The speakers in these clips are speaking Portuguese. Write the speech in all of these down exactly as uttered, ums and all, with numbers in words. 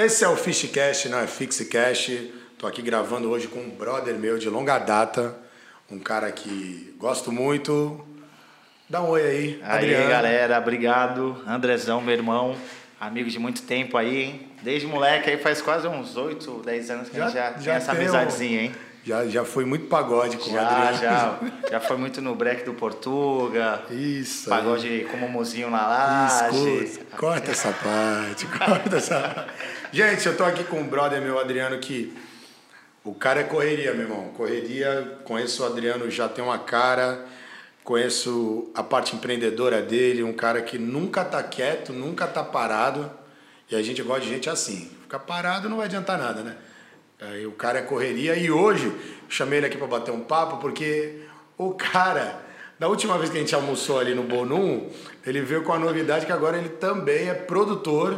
Esse é o Fishcast, não é Fixcast. Tô aqui gravando hoje com um brother meu de longa data, um cara que gosto muito. Dá um oi aí, aí Adriano. Aí, galera, obrigado. Andrezão, meu irmão, amigo de muito tempo aí, hein? Desde moleque aí, faz quase uns oito, dez anos que já, a gente já, já tem essa amizadezinha, hein? Já, já foi muito pagode com já, o Adriano. Já, já foi muito no break do Portuga. Isso. Pagode aí. Com o Momozinho na laje. Isso, corta essa parte, corta essa parte. Gente, eu tô aqui com um brother meu, Adriano, que o cara é correria, meu irmão. Correria, conheço o Adriano, já tem uma cara, conheço a parte empreendedora dele, um cara que nunca tá quieto, nunca tá parado. E a gente gosta de gente assim. Ficar parado não vai adiantar nada, né? Aí o cara é correria e hoje chamei ele aqui para bater um papo porque o cara, da última vez que a gente almoçou ali no Bonum, ele veio com a novidade que agora ele também é produtor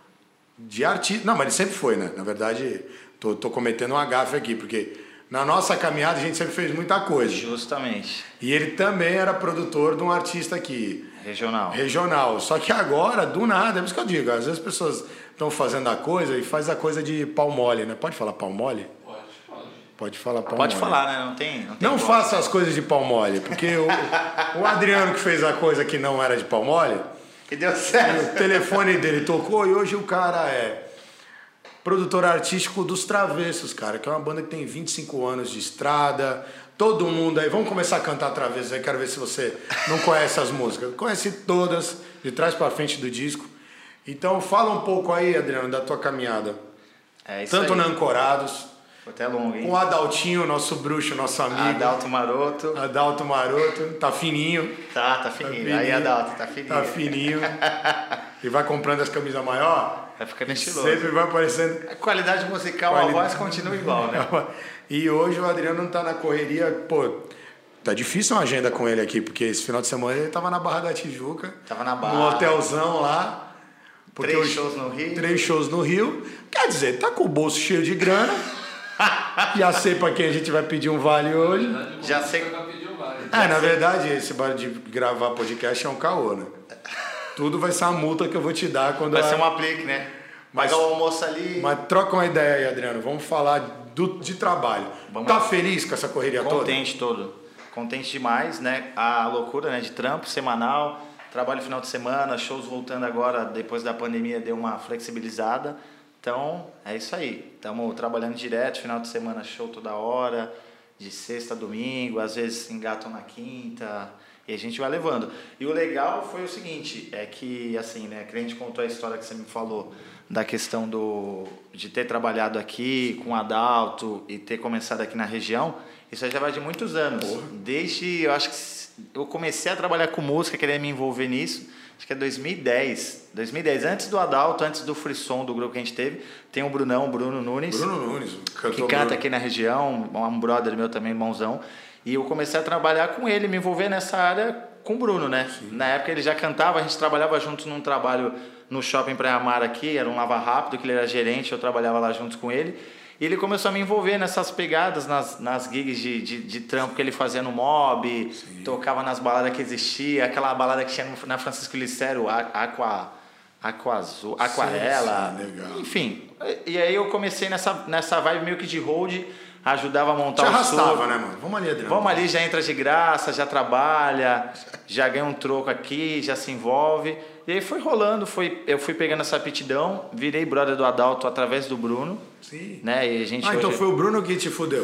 de artista. Não, mas ele sempre foi, né? Na verdade, tô, tô cometendo uma gafe aqui, porque na nossa caminhada a gente sempre fez muita coisa. Justamente. E ele também era produtor de um artista aqui. Regional. Regional. Só que agora, do nada, é por isso que eu digo, às vezes as pessoas estão fazendo a coisa e faz a coisa de pau mole, né? Pode falar pau mole? Pode, pode. Pode falar pau pode mole. Pode falar, né? Não tem Não, tem não faça as coisas de pau mole, porque o, o Adriano que fez a coisa que não era de pau mole, que deu certo. O telefone dele tocou e hoje o cara é produtor artístico dos Travessos, cara, que é uma banda que tem vinte e cinco anos de estrada. Todo mundo aí, vamos começar a cantar Travessos aí, quero ver se você não conhece as músicas. Conhece todas, de trás para frente do disco. Então fala um pouco aí, Adriano, da tua caminhada. É isso Tanto aí. na Ancorados, foi até longo, hein? com o Adaltinho, nosso bruxo, nosso amigo. Adalto Maroto. Adalto Maroto, tá fininho. Tá, tá fininho. Tá fininho. Aí, Adalto, tá fininho. Tá fininho. E vai comprando as camisas maior. Vai ficando estiloso. Sempre vai aparecendo. A qualidade musical, Quali... a voz continua igual, né? E hoje o Adriano não tá na correria, pô. Tá difícil uma agenda com ele aqui, porque esse final de semana ele tava na Barra da Tijuca. Tava na Barra. No hotelzão lá. Três hoje, shows no Rio. Três shows no Rio. Quer dizer, tá com o bolso cheio de grana. Já sei pra quem a gente vai pedir um vale hoje. Verdade, Já sei. Um vale. É, na verdade, esse bar de gravar podcast é um caô, né? Tudo vai ser uma multa que eu vou te dar quando... Vai a... ser um aplique, né? Mas, Pagar o almoço ali... Mas troca uma ideia aí, Adriano. Vamos falar do, de trabalho. Vamos tá lá. Feliz com essa correria toda? Contente todo. Contente demais, né? A loucura, né? De trampo semanal, trabalho final de semana, shows voltando agora, depois da pandemia deu uma flexibilizada. Então, é isso aí. Estamos trabalhando direto, final de semana show toda hora, de sexta a domingo, às vezes engatam na quinta... E a gente vai levando. E o legal foi o seguinte, é que, assim, né, que a gente contou a história que você me falou, da questão do, de ter trabalhado aqui com o Adalto e ter começado aqui na região, isso já vai de muitos anos. Porra. Desde, eu acho que eu comecei a trabalhar com música, querer me envolver nisso, acho que é dois mil e dez. dois mil e dez, antes do Adalto, antes do Frisson, do grupo que a gente teve, tem o Brunão, o Bruno Nunes. Bruno Nunes, que canta Bruno. Aqui na região, um brother meu também, irmãozão. E eu comecei a trabalhar com ele, me envolver nessa área com o Bruno, né? Sim. Na época ele já cantava, a gente trabalhava juntos num trabalho no Shopping Praia Mar aqui, era um Lava Rápido, que ele era gerente, eu trabalhava lá juntos com ele. E ele começou a me envolver nessas pegadas, nas, nas gigs de, de, de trampo que ele fazia no Mob, sim, tocava nas baladas que existia, aquela balada que tinha na Francisco Licero, Aqua, Aqua Azul, Aquarela, sim, sim, legal. Enfim. E aí eu comecei nessa, nessa vibe meio que de hold, ajudava a montar o arrastava, né, mano? Vamos ali, Adriano. Vamos ali, já entra de graça, já trabalha, já ganha um troco aqui, já se envolve. E aí foi rolando, foi, eu fui pegando essa aptidão, virei brother do Adalto através do Bruno. Sim. Né? E a gente ah, hoje... então foi o Bruno que te fudeu.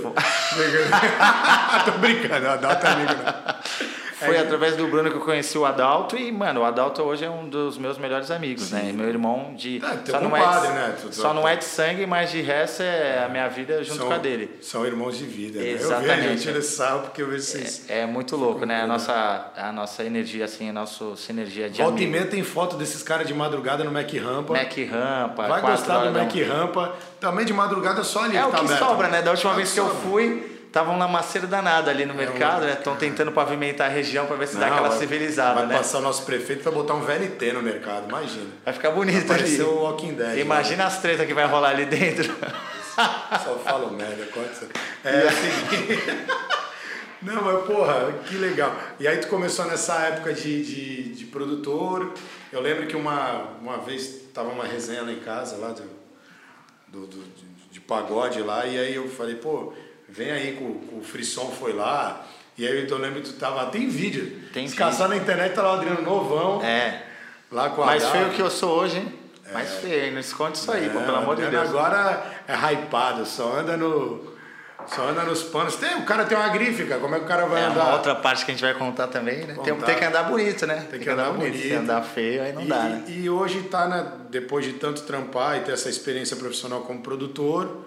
Tô brincando, o Adalto é amigo, não. Foi é. através do Bruno que eu conheci o Adalto e, mano, o Adalto hoje é um dos meus melhores amigos, sim, né? Meu irmão de... É, teu só compadre, não é de, né? Tu, só tu, não é de sangue, mas de resto é a minha vida junto são, com a dele. São irmãos de vida, né? Exatamente. Eu vejo, eu tiro sarro porque eu vejo vocês... É, é muito louco, né? A nossa, a nossa energia, assim, a nossa sinergia de Volta amigo. e meia tem foto desses caras de madrugada no Mac Rampa. Mac Rampa. Vai gostar do Mac Rampa. Também de madrugada só ali. É que o tá que aberto. sobra, né? Da última é vez que eu fui... Estavam na maceira danada ali no é mercado, um... né? Estão tentando pavimentar a região para ver se não, dá aquela vai, civilizada, vai né? Vai passar o nosso prefeito para botar um V L T no mercado, imagina. Vai ficar bonito vai ali. Vai o Walking Dead. Imagina, né? As tretas que vai rolar ali dentro. Só falo merda, corta. É assim... Não, mas porra, que legal. E aí tu começou nessa época de, de, de produtor. Eu lembro que uma, uma vez tava uma resenha lá em casa, lá de do, do, de, de pagode lá, e aí eu falei, pô, vem aí, com, com o Frisson foi lá, e aí eu lembro que tu tava, tem vídeo, tem se caçar na internet, tá lá o Adriano novão, é. lá com a mais feio que eu sou hoje, hein? É. Mais feio, não esconde isso aí, é, pô, pelo amor de Deus. Agora é hypado, só anda no... Só anda nos panos. Tem, o cara tem uma grife, cara. Como é que o cara vai é andar? É uma outra parte que a gente vai contar também, né? Tem, tem que andar bonito, né? Tem, tem que andar, andar bonito. Se andar feio, aí não e, dá, né? E hoje tá, na, depois de tanto trampar e ter essa experiência profissional como produtor,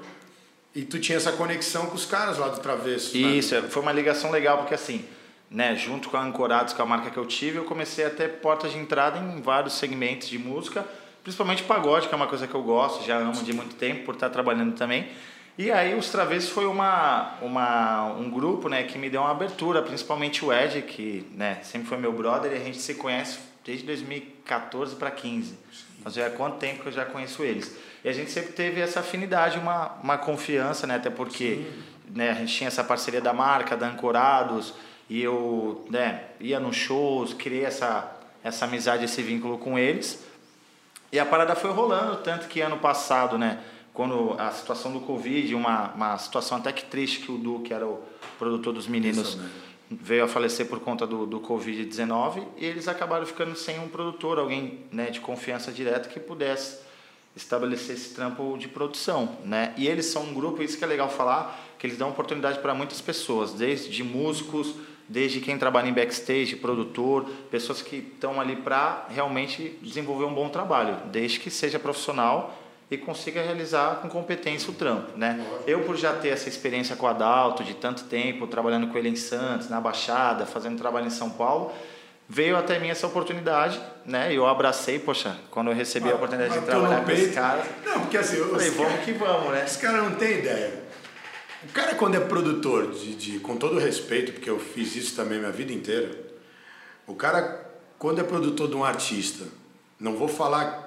e tu tinha essa conexão com os caras lá do Travesso. Isso, né? Foi uma ligação legal, porque assim, né, junto com a Ancorados, com a marca que eu tive, eu comecei a ter portas de entrada em vários segmentos de música, principalmente pagode, que é uma coisa que eu gosto, já amo de muito tempo, por estar trabalhando também. E aí os Travessos foi uma, uma, um grupo, né, que me deu uma abertura, principalmente o Ed, que, né, sempre foi meu brother, e a gente se conhece desde dois mil e quatorze para quinze. Então já há quanto tempo que eu já conheço eles. E a gente sempre teve essa afinidade, uma, uma confiança, né, até porque né, a gente tinha essa parceria da marca, da Ancorados, e eu né, ia nos shows, criei essa, essa amizade, esse vínculo com eles. E a parada foi rolando, tanto que ano passado, né, quando a situação do Covid, uma, uma situação até que triste, que o Du, que era o produtor dos meninos, veio a falecer por conta do, do covid dezenove, e eles acabaram ficando sem um produtor, alguém né, de confiança direta que pudesse estabelecer esse trampo de produção, né? E eles são um grupo, isso que é legal falar, que eles dão oportunidade para muitas pessoas, desde músicos, desde quem trabalha em backstage, produtor, pessoas que estão ali para realmente desenvolver um bom trabalho, desde que seja profissional e consiga realizar com competência o trampo, né? Eu, por já ter essa experiência com o Adalto, de tanto tempo, trabalhando com ele em Santos, na Baixada, fazendo trabalho em São Paulo, veio até mim essa oportunidade, né? E eu abracei, poxa, quando eu recebi mas, a oportunidade de trabalhar com esses caras... Não, porque assim... Eu falei, vamos cara, que vamos, né? Os caras não têm ideia. O cara, quando é produtor, de, de, com todo respeito, porque eu fiz isso também minha vida inteira, o cara, quando é produtor de um artista, não vou falar...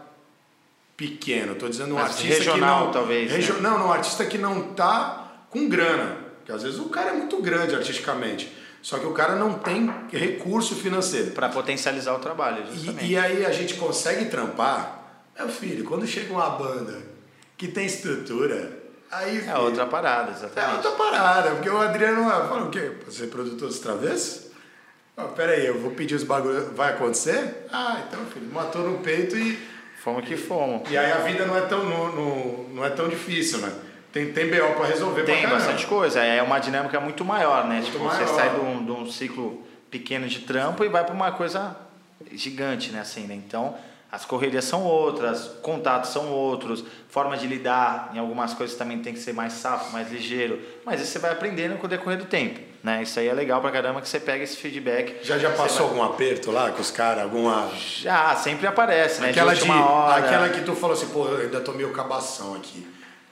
pequeno, estou dizendo um mas artista regional, que não, talvez, regi- né? não, não, um artista que não tá com grana, porque às vezes o cara é muito grande artisticamente, só que o cara não tem recurso financeiro para potencializar o trabalho, justamente. E, e aí a gente consegue trampar, meu filho, quando chega uma banda que tem estrutura, aí filho, é outra parada, exatamente. É outra parada, porque o Adriano fala o quê? Pra ser produtor dos Travessos? Oh, pera aí, eu vou pedir os bagulhos, vai acontecer? Ah, então filho, matou no peito e fomos que fomos. E aí a vida não é tão, não, não, não é tão difícil, né? Tem, tem B O para resolver. Tem bastante coisa. É uma dinâmica muito maior, né? Muito tipo, maior. Você sai de um, de um ciclo pequeno de trampo e vai para uma coisa gigante, né? Assim, né? Então, as correrias são outras, contatos são outros, forma de lidar em algumas coisas também tem que ser mais safo, mais ligeiro. Mas isso você vai aprendendo com o decorrer do tempo, né? Isso aí é legal pra caramba que você pega esse feedback. Já já passou vai... algum aperto lá com os caras? Alguma... Já, sempre aparece, né? Aquela, de de, última hora. aquela que tu falou assim, pô, eu ainda tô meio cabação aqui.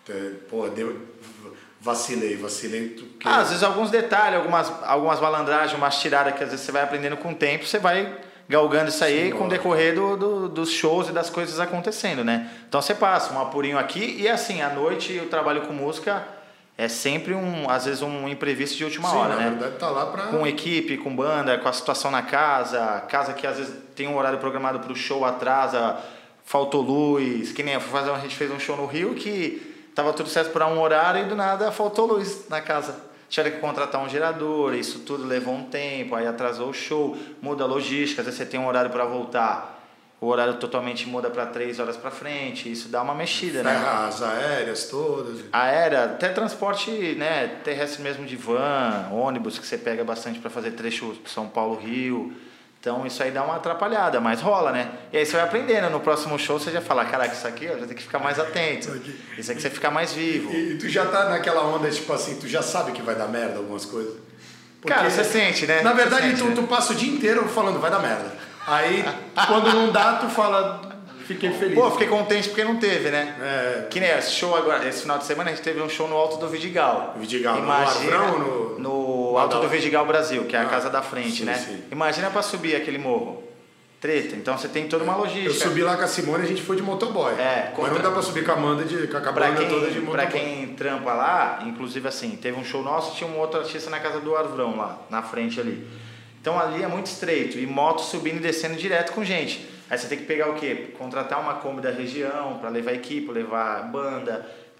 Pô, deu... vacilei, vacilei. Tu... Ah, às vezes alguns detalhes, algumas, algumas malandragens, umas tiradas que às vezes você vai aprendendo com o tempo, você vai galgando isso aí. Sim, com o decorrer do, do, dos shows e das coisas acontecendo, né? Então você passa um apurinho aqui e assim, à noite eu trabalho com música, é sempre um, às vezes um imprevisto de última Sim, hora, na né? verdade tá lá pra... Com equipe, com banda, com a situação na casa, casa que às vezes tem um horário programado pro show, atrasa, faltou luz, que nem a gente fez um show no Rio que tava tudo certo para um horário e do nada faltou luz na casa. Tiveram que contratar um gerador, isso tudo levou um tempo, aí atrasou o show, muda a logística, às vezes você tem um horário para voltar, o horário totalmente muda para três horas para frente, isso dá uma mexida, né? As aéreas todas. Aérea, até transporte, né, terrestre mesmo de van, ônibus que você pega bastante para fazer trecho São Paulo-Rio. Então isso aí dá uma atrapalhada, mas rola, né? E aí você vai aprendendo, no próximo show você já fala, caraca, isso aqui ó, já tem que ficar mais atento, isso aqui você fica mais vivo. E, e tu já tá naquela onda, tipo assim, tu já sabe que vai dar merda algumas coisas? Porque, cara, você sente, né? Na verdade, sente, tu, né? tu passa o dia inteiro falando, vai dar merda. Aí, quando não dá, tu fala, fiquei feliz. Pô, fiquei contente porque não teve, né? É. Que nem esse show agora, esse final de semana a gente teve um show no Alto do Vidigal. Vidigal, Imagina, no Arvrão ou no... no Alto do Vidigal Brasil, que é a ah, casa da frente, sim, né? Sim. Imagina pra subir aquele morro. Treta, então você tem toda uma logística. Eu subi lá com a Simone e a gente foi de motoboy. É, contra... Mas não dá pra subir com a Amanda de, com a banda quem, toda de motoboy. Pra quem trampa lá, inclusive assim, teve um show nosso, tinha um outro artista na casa do Arvrão lá, na frente ali. Então ali é muito estreito e moto subindo e descendo direto com gente. Aí você tem que pegar o quê? Contratar uma Kombi da região para levar equipe, levar banda.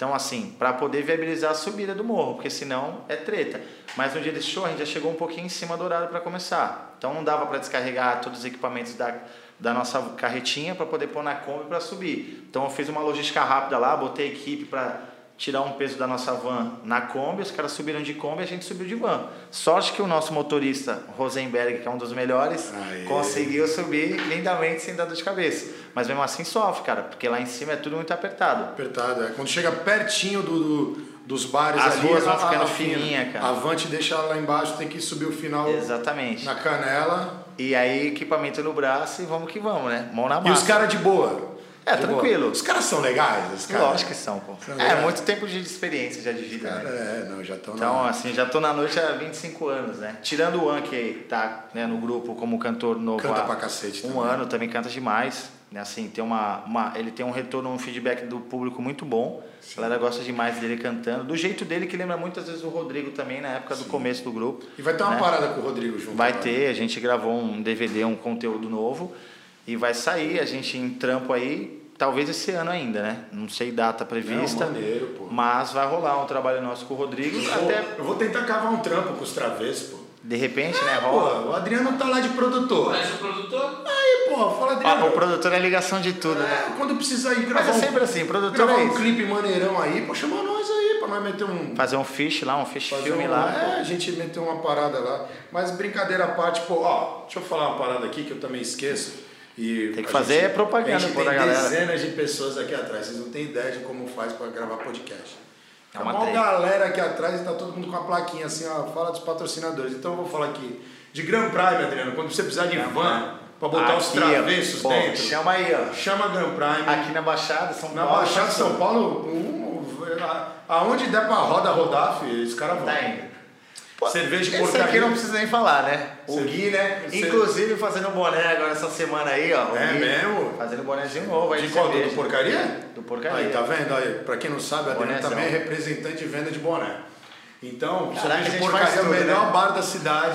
Então, assim, para poder viabilizar a subida do morro, porque senão é treta. Mas no dia desse show a gente já chegou um pouquinho em cima do horário para começar. Então não dava para descarregar todos os equipamentos da, da nossa carretinha para poder pôr na Kombi para subir. Então eu fiz uma logística rápida lá, botei a equipe para tirar um peso da nossa van na Kombi, os caras subiram de Kombi e a gente subiu de van. Sorte que o nosso motorista, Rosenberg, que é um dos melhores, Aê. conseguiu subir lindamente sem dar dor de cabeça. Mas mesmo assim sofre, cara, porque lá em cima é tudo muito apertado. Apertado, é. Quando chega pertinho do, do, dos bares as ali... ruas vão ficando fininhas, cara. A van te deixa lá embaixo, tem que subir o final Exatamente. na canela. E aí equipamento no braço e vamos que vamos, né? Mão na massa. E os caras de boa? É, de tranquilo. Boa. Os caras são legais? Os caras... Lógico que são, pô. São é, muito tempo de experiência já de vida, cara, né? É, não, já estão Então, na... assim, já tô na noite há vinte e cinco anos, né? Tirando o An, que tá, né, no grupo como cantor novo canta há pra cacete um também. ano, também canta demais. Né? Assim, tem uma, uma, ele tem um retorno, um feedback do público muito bom. Sim. A galera gosta demais dele cantando. Do jeito dele, que lembra muitas vezes o Rodrigo também, na época Sim. do começo do grupo. E vai ter uma né? parada com o Rodrigo junto. Vai agora. ter, a gente gravou um D V D, um conteúdo novo. E vai sair, a gente em trampo aí, talvez esse ano ainda, né? Não sei data prevista. Não, maneiro, pô. Mas vai rolar um trabalho nosso com o Rodrigo. Eu, até... vou, eu vou tentar cavar um trampo com os travessos, pô. De repente, é, né? Rola. Pô, o Adriano tá lá de produtor. Conhece o produtor? Aí, pô, fala Adriano. Ah, o produtor é ligação de tudo, é, né? Quando precisar ir gravar. Mas é sempre assim, produtor gravar é um isso. clipe maneirão aí, pô, chama nós aí, pra nós meter um. Fazer um fish lá, um fish filme um, lá. É, a gente meter uma parada lá. Mas brincadeira à parte, pô, ó, deixa eu falar uma parada aqui que eu também esqueço. E tem que fazer gente, propaganda, a gente pô, tem da galera. dezenas de pessoas aqui atrás, vocês não têm ideia de como faz para gravar podcast. É uma uma galera aqui atrás e tá todo mundo com a plaquinha assim, ó, fala dos patrocinadores. Então eu vou falar aqui de Grand Prime, Adriano, quando você precisar de Grand van para botar aqui, os travessos pô, dentro. Chama aí, ó. Chama Grand Prime. Aqui na Baixada, São na Paulo. Na Baixada, São Paulo, um, aonde der pra roda rodar, filho, esse cara vão. Tá indo. Pô, cerveja de esse porcaria. aqui não precisa nem falar, né? O Cê, Gui, né? Cê... Inclusive fazendo boné agora essa semana aí, ó. É Gui, mesmo? fazendo bonézinho novo aí. De qual? Do porcaria? Do porcaria. Aí, tá vendo? Aí, pra quem não sabe, a Adriano também é representante de venda de boné. Então, cerveja de porcaria é o melhor né? bar da cidade.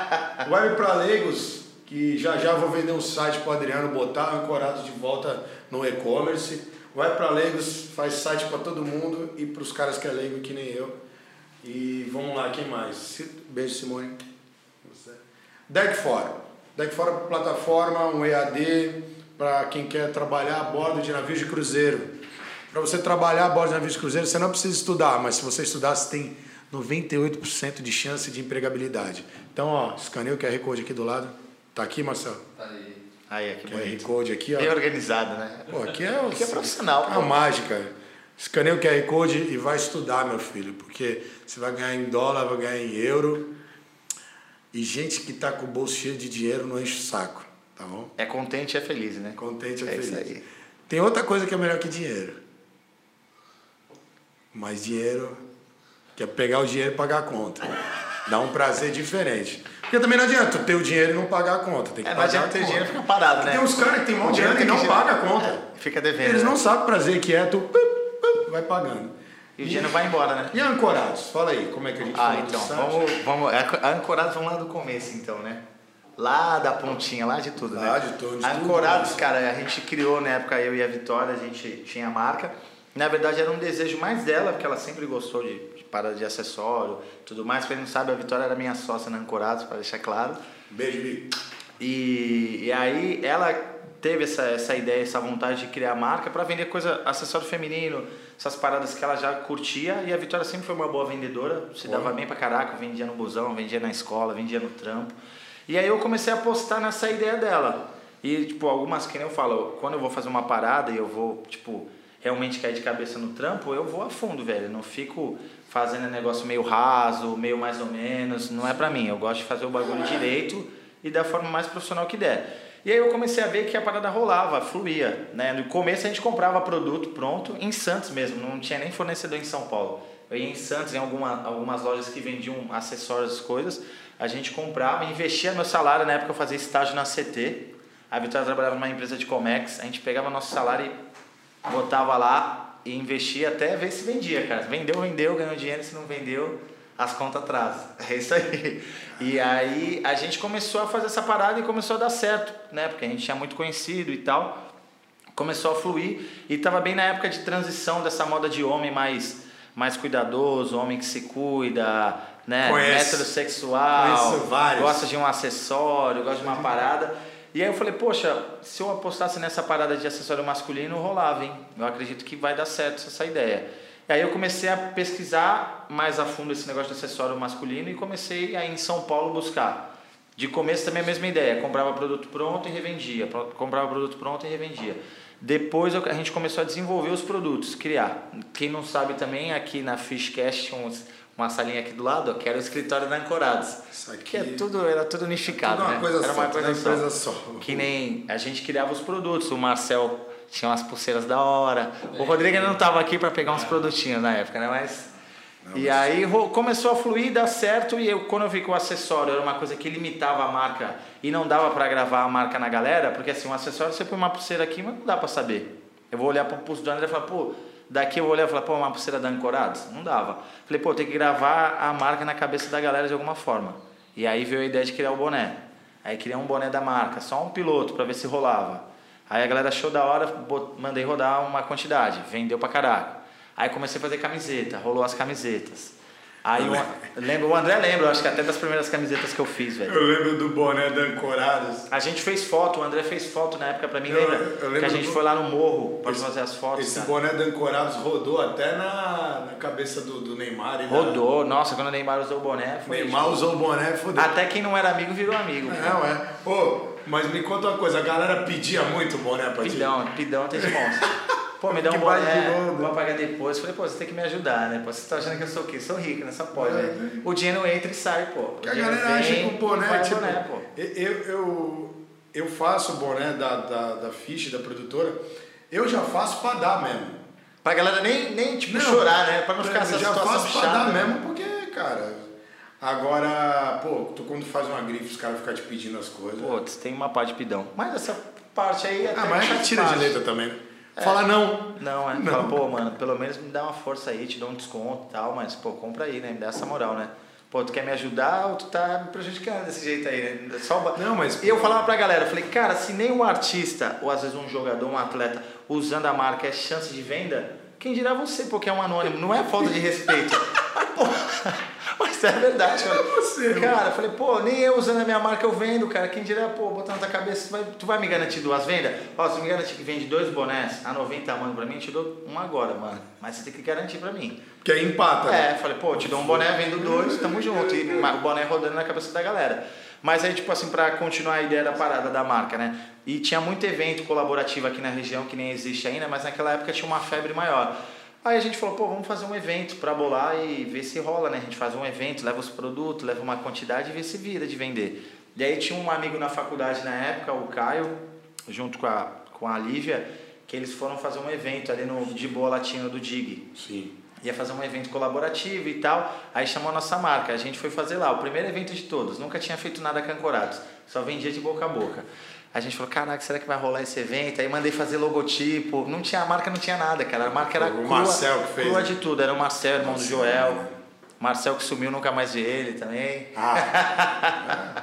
Web pra leigos, que já já vou vender um site pro Adriano botar ancorados de volta no e-commerce. Web pra leigos faz site pra todo mundo e pros caras que é leigo que nem eu. E vamos lá, quem mais? Beijo, Simone. Deck Fora. Deck Fora é plataforma, um E A D para quem quer trabalhar a bordo de navios de cruzeiro. Para você trabalhar a bordo de navios de cruzeiro, você não precisa estudar, mas se você estudar, você tem noventa e oito por cento de chance de empregabilidade. Então, ó, escaneia o Q R Code aqui do lado. Tá aqui, Marcelo? Tá aí. Aí, aqui Q R Code aqui, ó. Bem organizado, né? Pô, aqui é, o, aqui é profissional. É uma mágica. Escaneia o Q R Code e vai estudar, meu filho, porque você vai ganhar em dólar, vai ganhar em euro. E gente que tá com o bolso cheio de dinheiro não enche o saco, tá bom? É contente e é feliz, né? Contente e é, é feliz. Isso aí. Tem outra coisa que é melhor que dinheiro. Mas dinheiro, que é pegar o dinheiro e pagar a conta. Dá um prazer diferente. Porque também não adianta ter o dinheiro e não pagar a conta. Tem que é, pagar não adianta ter dinheiro e ficar parado, né? Tem uns caras que tem mão de dinheiro e não pagam a conta. É, fica devendo. Eles né? não sabem o prazer que é, tu vai pagando. E o dinheiro vai embora, né? E ancorados? Fala aí, como é que a gente Ah, fala então, vamos, vamos. Ancorados, vamos lá do começo, então, né? Lá da pontinha, lá de tudo, lá né? Lá de tudo. De Ancorados, tudo. cara, a gente criou na época, eu e a Vitória, a gente tinha a marca. Na verdade, era um desejo mais dela, porque ela sempre gostou de, de parada de acessório, tudo mais. Pra quem não sabe, a Vitória era minha sócia na Ancorados, para deixar claro. Beijo, Bi. E, e aí, ela teve essa, essa ideia, essa vontade de criar a marca para vender coisa, acessório feminino, essas paradas que ela já curtia. E a Vitória sempre foi uma boa vendedora, se dava bem pra caraca, vendia no busão, vendia na escola, vendia no trampo. E aí eu comecei a apostar nessa ideia dela. E, tipo, algumas, que nem eu falo, quando eu vou fazer uma parada e eu vou, tipo, realmente cair de cabeça no trampo, eu vou a fundo, velho. Eu não fico fazendo negócio meio raso, meio mais ou menos. Não é pra mim. Eu gosto de fazer o bagulho direito e da forma mais profissional que der. E aí eu comecei a ver que a parada rolava, fluía, né? No começo a gente comprava produto pronto em Santos mesmo, não tinha nem fornecedor em São Paulo. Eu ia em Santos, em alguma, algumas lojas que vendiam acessórios, coisas, a gente comprava, investia meu salário. Na época eu fazia estágio na C T, a Vitória trabalhava numa empresa de Comex, a gente pegava nosso salário e botava lá e investia até ver se vendia, cara. Vendeu, vendeu, ganhou dinheiro, se não vendeu, as contas atrasam. É isso aí. E aí a gente começou a fazer essa parada e começou a dar certo, né? Porque a gente tinha muito conhecido e tal. começou a fluir e estava bem na época de transição dessa moda de homem mais, mais cuidadoso, homem que se cuida, né? Conhece. Heterossexual, Conheço vários. gosta de um acessório, gosta de uma parada. E aí eu falei, poxa, se eu apostasse nessa parada de acessório masculino, rolava, hein? Eu acredito que vai dar certo essa ideia. E aí eu comecei a pesquisar mais a fundo esse negócio de acessório masculino e comecei a ir em São Paulo buscar. De começo também a mesma ideia, comprava produto pronto e revendia, comprava produto pronto e revendia. Depois a gente começou a desenvolver os produtos, criar. Quem não sabe também, aqui na Fishcast, uns, uma salinha aqui do lado, que era o escritório da Ancorados. Isso aqui... Que é tudo, era tudo unificado, tudo uma né? coisa era só, uma coisa só. empresa só. Que nem a gente criava os produtos, o Marcel tinha umas pulseiras da hora. O Rodrigo ainda não estava aqui para pegar uns produtinhos na época, né? Mas... Não, e mas... aí começou a fluir, dar certo, e eu, quando eu vi que o acessório era uma coisa que limitava a marca e não dava para gravar a marca na galera, porque assim, um acessório você põe uma pulseira aqui, mas não dá para saber. Eu vou olhar para o pulso do André e falar, pô, daqui eu vou olhar e falar, pô, uma pulseira da Ancorados? Não dava. Falei, pô, tem que gravar a marca na cabeça da galera de alguma forma. E aí veio a ideia de criar o boné. Aí criar um boné da marca, só um piloto para ver se rolava. Aí a galera achou da hora, mandei rodar uma quantidade, vendeu pra caraca. Aí comecei a fazer camiseta, rolou as camisetas. Aí eu, eu lembro, o André lembra, eu acho que até das primeiras camisetas que eu fiz, velho. Eu lembro do boné da Ancorados. A gente fez foto, o André fez foto na época pra mim, eu, lembra? Eu lembro que a gente do... foi lá no morro pra esse, fazer as fotos. Esse cara. boné da Ancorados rodou até na, na cabeça do, do Neymar. Rodou, da... nossa, quando o Neymar usou o boné... Foi Neymar tipo... usou o boné, fodeu. Até quem não era amigo virou amigo. Não, é. Ô, mas me conta uma coisa, a galera pedia muito o boné pra ti? Pidão, pidão até de monstro. Pô, me dá um boné, vou pagar depois. Falei, pô, você tem que me ajudar, né? Pô, você tá achando que eu sou o quê? Sou rico, né? Só pode, é, né? O dinheiro entra e sai, pô. Que a galera acha que o boné, tipo, boné, pô. Eu, eu, eu faço o boné da, da, da Fish, da produtora, eu já faço pra dar mesmo. Pra galera nem, nem tipo, não, chorar, né? Pra não ficar essa situação chata. Eu já faço pra dar mesmo, porque, cara... Agora, pô, tu quando faz uma grife, os caras ficam te pedindo as coisas. Pô, você tem uma parte de pidão. Mas essa parte aí... Ah, mas é tira de letra também, né? É. Fala não. Não, é. Não. Fala, pô, mano, pelo menos me dá uma força aí, te dou um desconto e tal, mas, pô, compra aí, né? Me dá essa moral, né? Pô, tu quer me ajudar ou tu tá me prejudicando desse jeito aí, né? Só... Não, mas... E eu falava pra galera, eu falei, cara, se nem um artista, ou às vezes um jogador, um atleta, usando a marca é chance de venda, quem dirá você, porque é um anônimo, não é falta de respeito. Mas, pô... Mas é verdade, cara. Você, cara, eu falei, pô, nem eu usando a minha marca eu vendo, cara. Quem dirá, pô, botar na tua cabeça, tu vai, tu vai me garantir duas vendas? Ó, se tu me garantir que vende dois bonés a noventa mano pra mim, eu te dou um agora, mano. Mas você tem que garantir pra mim. Porque aí empata. É, falei, pô, te dou um boné, vendo dois, tamo junto. E o boné rodando na cabeça da galera. Mas aí, tipo assim, pra continuar a ideia da parada da marca, né? E tinha muito evento colaborativo aqui na região, que nem existe ainda, mas naquela época tinha uma febre maior. Aí a gente falou, pô, vamos fazer um evento pra bolar e ver se rola, né? A gente faz um evento, leva os produtos, leva uma quantidade e vê se vira de vender. E aí tinha um amigo na faculdade na época, o Caio, junto com a, com a Lívia, que eles foram fazer um evento ali no de Boa Latino do Dig. Sim. Ia fazer um evento colaborativo e tal, aí chamou a nossa marca, a gente foi fazer lá, o primeiro evento de todos, nunca tinha feito nada com Ancorados, só vendia de boca a boca. A gente falou, caraca, será que vai rolar esse evento? Aí mandei fazer logotipo, não tinha, a marca não tinha nada, cara, a marca era o crua, Marcel que fez, crua né? de tudo, era o Marcel, irmão Marcel, do Joel, né? Marcel que sumiu, nunca mais vi ele também. Ah.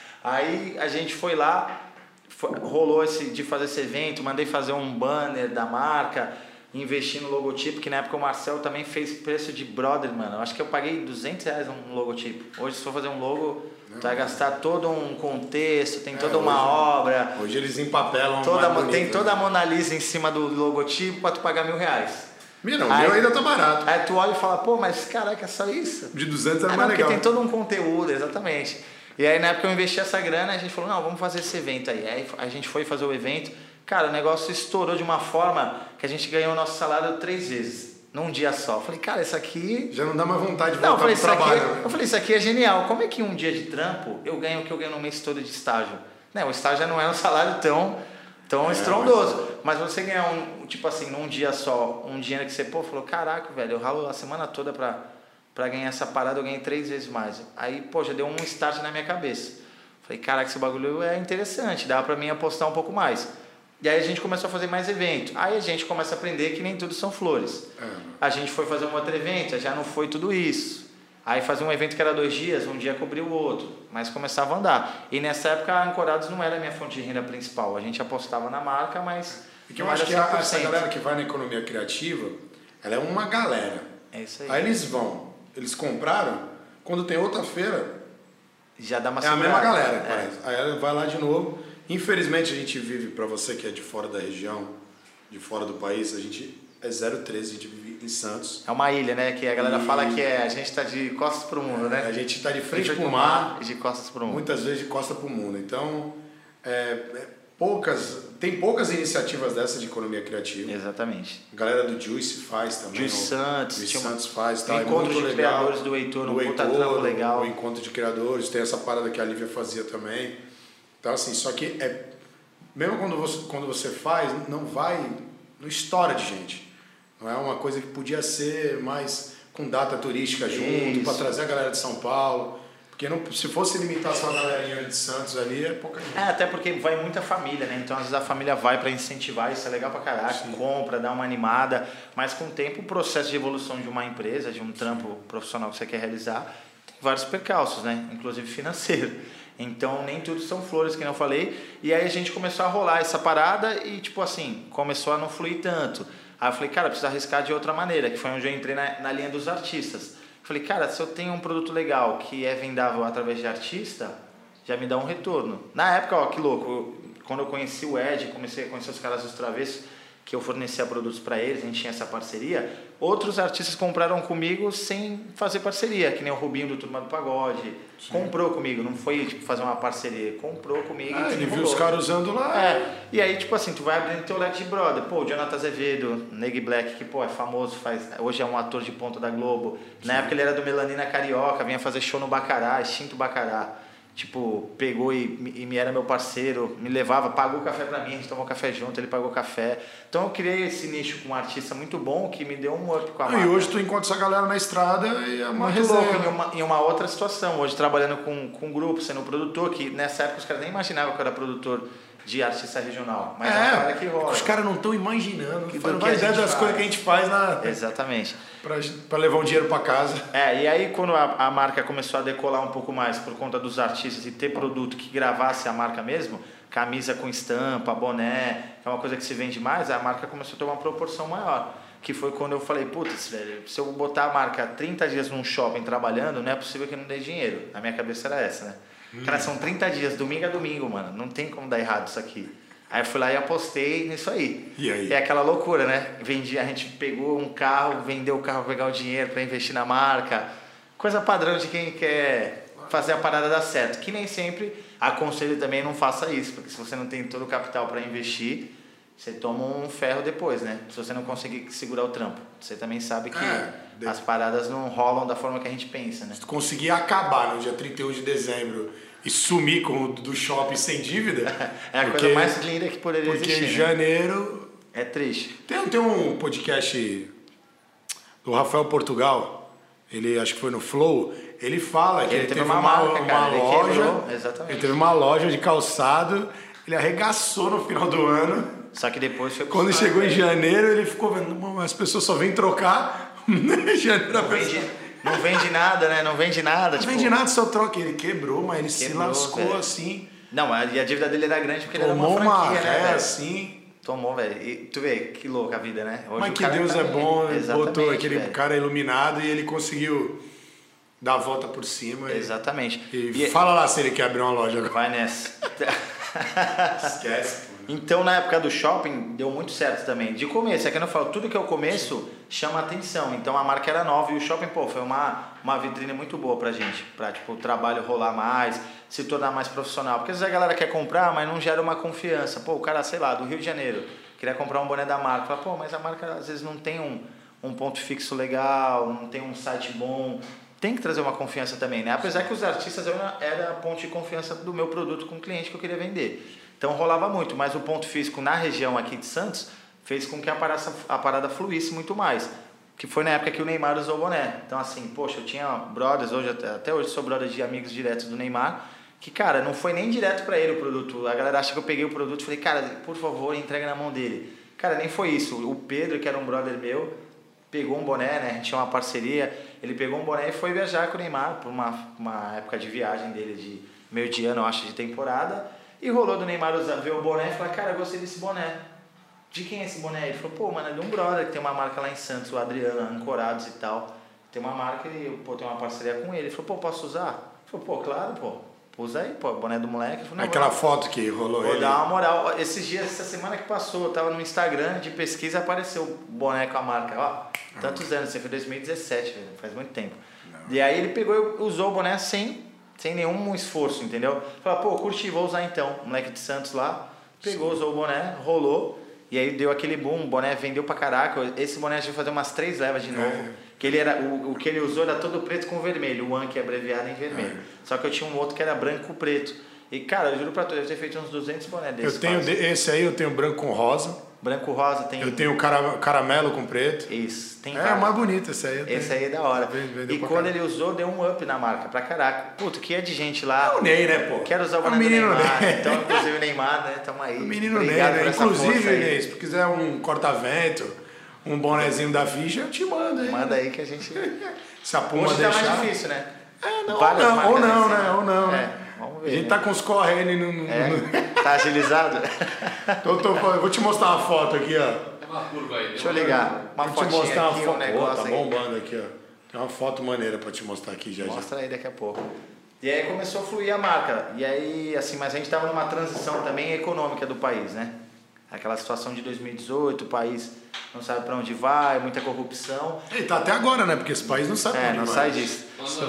Aí a gente foi lá, foi, rolou esse, de fazer esse evento, mandei fazer um banner da marca, investi no logotipo, que na época o Marcel também fez preço de brother, mano. Eu acho que eu paguei duzentos reais um logotipo. Hoje, se for fazer um logo, não, tu vai gastar todo um contexto, tem toda é, uma hoje, obra. Hoje eles empapelam toda, mais Tem bonito, toda né? a Mona Lisa em cima do logotipo pra tu pagar mil reais. Mira, o meu ainda tá barato. Aí tu olha e fala, pô, mas caraca, é só isso? De duzentos era ah, mais não, legal. Porque tem todo um conteúdo, exatamente. E aí na época eu investi essa grana, a gente falou, não, vamos fazer esse evento aí. Aí a gente foi fazer o evento. Cara, o negócio estourou de uma forma que a gente ganhou o nosso salário três vezes, num dia só. Eu falei, cara, isso aqui... Já não dá mais vontade de não, voltar eu falei, pro trabalho. Aqui, eu falei, isso aqui é genial. Como é que um dia de trampo eu ganho o que eu ganho no mês todo de estágio? Não, o estágio já não é um salário tão, tão é, estrondoso. Mas... mas você ganhar, um, tipo assim, num dia só, um dinheiro que você, pô, falou, caraca, velho, eu ralo a semana toda pra, pra ganhar essa parada, eu ganhei três vezes mais. Aí, pô, já deu um start na minha cabeça. Falei, caraca, esse bagulho é interessante, dá pra mim apostar um pouco mais. E aí a gente começou a fazer mais evento. Aí a gente começa a aprender que nem tudo são flores. É. A gente foi fazer um outro evento, já não foi tudo isso. Aí fazia um evento que era dois dias, um dia cobria o outro. Mas começava a andar. E nessa época a Ancorados não era a minha fonte de renda principal. A gente apostava na marca, mas Porque eu acho que a, essa galera que vai na economia criativa, ela é uma galera. É isso aí. Aí eles vão, eles compraram, quando tem outra feira, já dá uma é a mesma galera, é. parece. Aí ela vai lá de novo. Infelizmente a gente vive, para você que é de fora da região, de fora do país, a gente é zero treze, a gente vive em Santos. É uma ilha, né? Que a galera e... fala que é, a gente está de costas para o mundo, né? A gente está de frente para o mar e de costas para o mundo. Muitas vezes de costas para o mundo. Então, é, é, poucas, tem poucas iniciativas dessas de economia criativa. Exatamente. A galera do Juice faz também. Juice Santos. Juice Santos faz. Tá, o encontro é muito de legal. criadores do Heitor, um Heitor, puta trampo legal. O encontro de criadores, tem essa parada que a Lívia fazia também. Então, assim, só que é, mesmo quando você, quando você faz, não vai, não estoura de gente. Não é uma coisa que podia ser mais com data turística junto, para trazer a galera de São Paulo. Porque não, se fosse limitar só a galerinha de Santos ali, é pouca gente. É, até porque vai muita família, né? Então às vezes a família vai para incentivar, isso é legal pra caraca, Sim. compra, dá uma animada. Mas com o tempo, o processo de evolução de uma empresa, de um trampo profissional que você quer realizar, tem vários percalços, né? Inclusive financeiro. Então nem tudo são flores, que eu falei. E aí a gente começou a rolar essa parada e tipo assim, começou a não fluir tanto. Aí eu falei, cara, preciso arriscar de outra maneira, que foi onde eu entrei na, na linha dos artistas. Falei, cara, se eu tenho um produto legal que é vendável através de artista, já me dá um retorno. Na época, ó, que louco, eu, quando eu conheci o Ed, comecei a conhecer os caras dos Travessos, que eu fornecia produtos para eles, a gente tinha essa parceria, outros artistas compraram comigo sem fazer parceria, que nem o Rubinho do Turma do Pagode, Sim. comprou comigo, não foi tipo fazer uma parceria, comprou comigo. Ah, ele viu os caras usando lá. É, e aí tipo assim, tu vai abrindo teu leque de brother, pô, o Jonathan Azevedo, Neg Black, que pô, é famoso, faz, hoje é um ator de ponta da Globo, Sim. na época ele era do Melanina Carioca, vinha fazer show no Bacará, Extinto Bacará. Tipo, pegou e, e me era meu parceiro, me levava, pagou o café pra mim, a gente tomou café junto, ele pagou café. Então eu criei esse nicho com um artista muito bom que me deu um up com a marca. E hoje tu encontra essa galera na estrada e é uma muito louco, em uma, em uma outra situação. Hoje trabalhando com, com um grupo, sendo produtor, que nessa época os caras nem imaginavam que eu era produtor de artista regional. Mas é, é uma parada que rola. Os caras não estão imaginando, que não faz ideia das faz. coisas que a gente faz na... Exatamente. Para levar um dinheiro para casa. É, e aí quando a, a marca começou a decolar um pouco mais por conta dos artistas e ter produto que gravasse a marca mesmo, camisa com estampa, boné, que é uma coisa que se vende mais, a marca começou a ter uma proporção maior. Que foi quando eu falei, putz, velho, se eu botar a marca trinta dias num shopping trabalhando, não é possível que não dê dinheiro. Na minha cabeça era essa, né? Hum. Cara, são trinta dias, domingo a domingo, mano. Não tem como dar errado isso aqui. Aí eu fui lá e apostei nisso aí. E aí? É aquela loucura, né? Vendi, a gente pegou um carro, vendeu o carro para pegar o dinheiro para investir na marca. Coisa padrão de quem quer fazer a parada dar certo. Que nem sempre, aconselho também não faça isso, porque se você não tem todo o capital para investir, você toma um ferro depois, né? Se você não conseguir segurar o trampo. Você também sabe que é, de... as paradas não rolam da forma que a gente pensa, né? Se tu conseguir acabar no dia trinta e um de dezembro e sumir com o do shopping sem dívida... é a porque, coisa mais linda que poderia porque existir, Porque em janeiro... Né? É triste. Tem, tem um podcast do Rafael Portugal, ele acho que foi no Flow, ele fala que ele, ele teve, teve uma, uma, marca, uma cara, loja... Ele quebrou, exatamente. Ele teve uma loja de calçado, ele arregaçou no final do ano... Só que depois foi... Quando chegou em janeiro, ele ficou vendo, as pessoas só vêm trocar. janeiro não, vende, não vende nada, né? Não vende nada. Não tipo... vende nada, só troca. Ele quebrou, mas ele quebrou, se lascou velho. assim. Não, e a dívida dele era grande porque Tomou ele era uma franquia, uma ré, né, assim. Tomou, velho. E tu vê, que louca a vida, né? Hoje mas que Deus tá é bom, botou aquele velho. cara iluminado e ele conseguiu dar a volta por cima. Exatamente. E, e, e fala lá se ele quer abrir uma loja agora. Vai nessa. Esquece. Então, na época do shopping, deu muito certo também. De começo, é que eu não falo, tudo que eu começo chama atenção. Então, a marca era nova e o shopping, pô, foi uma, uma vitrine muito boa pra gente. Pra, tipo, o trabalho rolar mais, se tornar mais profissional. Porque às vezes a galera quer comprar, mas não gera uma confiança. Pô, o cara, sei lá, do Rio de Janeiro, queria comprar um boné da marca. Fala, pô, mas a marca às vezes não tem um, um ponto fixo legal, não tem um site bom. Tem que trazer uma confiança também, né? Apesar que os artistas eram era a ponte de confiança do meu produto com o cliente que eu queria vender. Então rolava muito, mas o ponto físico na região aqui de Santos fez com que a parada, a parada fluísse muito mais. Que foi na época que o Neymar usou o boné. Então assim, poxa, eu tinha brothers, hoje, até hoje sou brother de amigos diretos do Neymar, que cara, não foi nem direto para ele o produto. A galera acha que eu peguei o produto e falei, cara, por favor, entrega na mão dele. Cara, nem foi isso. O Pedro, que era um brother meu, pegou um boné, né? A gente tinha uma parceria. Ele pegou um boné e foi viajar com o Neymar por uma, uma época de viagem dele, de meio de ano, eu acho, de temporada. E rolou do Neymar usar, ver o boné e falar, cara, eu gostei desse boné. de quem é esse boné? Ele falou, pô, mano, é de um brother que tem uma marca lá em Santos, o Adriano, Ancorados e tal. Tem uma marca e eu pô, tenho uma parceria com ele. Ele falou, pô, posso usar? Ele falou, pô, claro, pô. Usa aí, pô, boné do moleque. Eu falei, Aquela foto que rolou vou ele. dar uma moral. Esses dias, essa semana que passou, eu tava no Instagram de pesquisa, apareceu o boné com a marca. Ó, tantos anos, isso foi dois mil e dezessete, velho, faz muito tempo. Não. E aí ele pegou e usou o boné sem, sem nenhum esforço, entendeu? Falou, pô, curti, vou usar então. O moleque de Santos lá, pegou, Sim. usou o boné, rolou. E aí deu aquele boom, o boné vendeu pra caraca. Esse boné a gente vai fazer umas três levas de novo. É. Que ele era, o, o que ele usou era todo preto com vermelho. O One que é abreviado em vermelho. É. Só que eu tinha um outro que era branco com preto. E cara, eu juro pra tu, eu deve ter feito uns duzentos boné desses. Eu tenho de, esse aí, eu tenho branco com rosa. Branco rosa tem. Eu tenho cara, caramelo com preto. Isso. Tem é, cara... mais bonito esse aí. Esse tenho... aí é da hora. E quando ele usou, deu um up na marca, pra caraca. Puto, que é de gente lá. É o Ney, né, pô? Quero usar o boné é o do Neymar. Ney. Então, inclusive o Neymar, né? Tamo aí. O menino Ney, né? Inclusive, Ney, se quiser um corta-vento, um bonezinho da ficha, eu te mando aí. Manda aí que a gente... Se a Puma Hoje deixar... tá mais difícil, né? É, não, ou não, ou não, né? Ou não, né? É, vamos ver, a gente né? tá com os corre aí no... no... É, tá agilizado? tô, tô, vou te mostrar uma foto aqui, ó. Tem uma curva aí. Deixa eu ligar. Uma vou te mostrar aqui, uma foto. um negócio Pô, tá aí. bombando aqui, ó. Tem uma foto maneira pra te mostrar aqui já. Mostra já. aí daqui a pouco. E aí começou a fluir a marca. E aí, assim, mas a gente tava numa transição também econômica do país, né? Aquela situação de dois mil e dezoito, o país não sabe para onde vai, muita corrupção. E tá até agora, né? Porque esse país não sabe é, pra onde não vai. sai disso.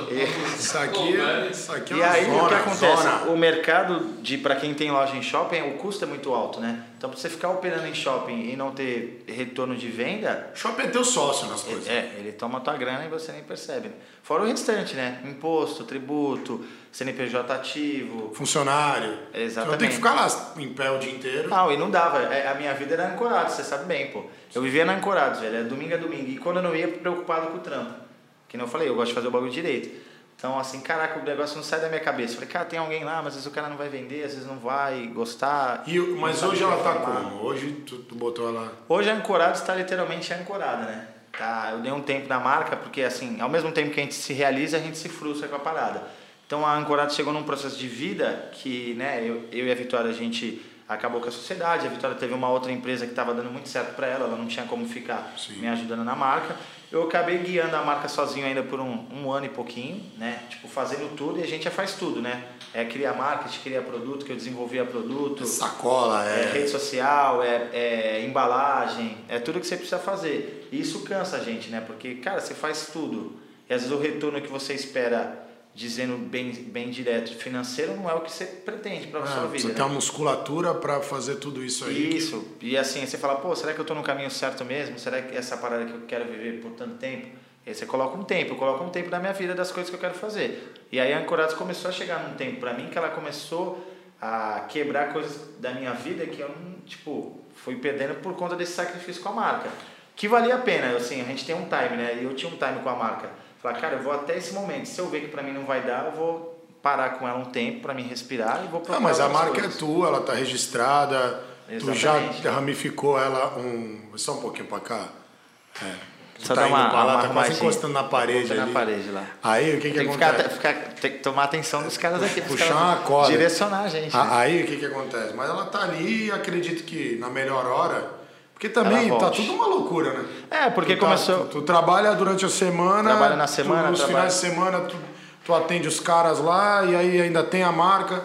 Isso aqui, isso aqui é e uma aí zona, o que acontece? Zona. O mercado de para quem tem loja em shopping, o custo é muito alto, né? Então para você ficar operando em shopping e não ter retorno de venda, shopping é teu sócio nas coisas. É, ele toma a tua grana e você nem percebe. Fora o restante, né? Imposto, tributo, C N P J ativo, funcionário. Exatamente. Eu tenho que ficar lá em pé o dia inteiro. Não, e não dava. A minha vida era Ancorados, você sabe bem, pô. Eu vivia na Ancorados, velho. É domingo a domingo. E quando eu não ia, preocupado com o trampo. Que nem eu falei, eu gosto de fazer o bagulho direito. Então, assim, caraca, o negócio não sai da minha cabeça. Eu falei, cara, tem alguém lá, mas às vezes o cara não vai vender, às vezes não vai gostar. E, mas hoje ela tá como? Hoje tu, tu botou ela... Hoje a Ancorados está literalmente ancorada, né? Tá, eu dei um tempo na marca, porque assim, ao mesmo tempo que a gente se realiza, a gente se frustra com a parada. Então a Ancorados chegou num processo de vida que, né, eu, eu e a Vitória, a gente acabou com a sociedade. A Vitória teve uma outra empresa que estava dando muito certo para ela, ela não tinha como ficar Sim. me ajudando na marca. Eu acabei guiando a marca sozinho ainda por um, um ano e pouquinho, né? Tipo, fazendo tudo, e a gente já faz tudo, né? É criar marketing, criar produto, que eu desenvolvia produto. É sacola, é... é... rede social, é, é embalagem, é tudo que você precisa fazer. E isso cansa a gente, né? Porque, cara, você faz tudo. E às vezes o retorno que você espera, dizendo bem, bem direto, financeiro, não é o que você pretende para a sua vida. Você né? tem uma musculatura para fazer tudo isso aí. Isso. Que... E assim, você fala, pô, será que eu estou no caminho certo mesmo? Será que essa parada que eu quero viver por tanto tempo? E aí você coloca um tempo, eu coloco um tempo da minha vida das coisas que eu quero fazer. E aí a Ancorados começou a chegar num tempo para mim que ela começou a quebrar coisas da minha vida que eu não, tipo, fui perdendo por conta desse sacrifício com a marca. Que valia a pena, assim, a gente tem um time, né? E eu tinha um time com a marca. Falar, cara, eu vou até esse momento. Se eu ver que pra mim não vai dar, eu vou parar com ela um tempo pra me respirar e vou procurar. Ah, mas a marca coisas. é tua, ela tá registrada. Exatamente. Tu já ramificou ela um... Só um pouquinho pra cá. É. Tu Só tá dá indo uma, pra lá, uma tá quase encostando na parede ali. na parede lá. Aí o que que tem acontece? Que ficar, ficar, tem que tomar atenção dos caras aqui. Puxar caras uma corda. Direcionar a gente. Ah, né? Aí o que que acontece? Mas ela tá ali e acredito que na melhor hora... Porque também tá tudo uma loucura, né? É, porque tu começou... Tá, tu, tu trabalha durante a semana... Trabalha na semana, tu, Nos trabalha... finais de semana tu, tu atende os caras lá e aí ainda tem a marca.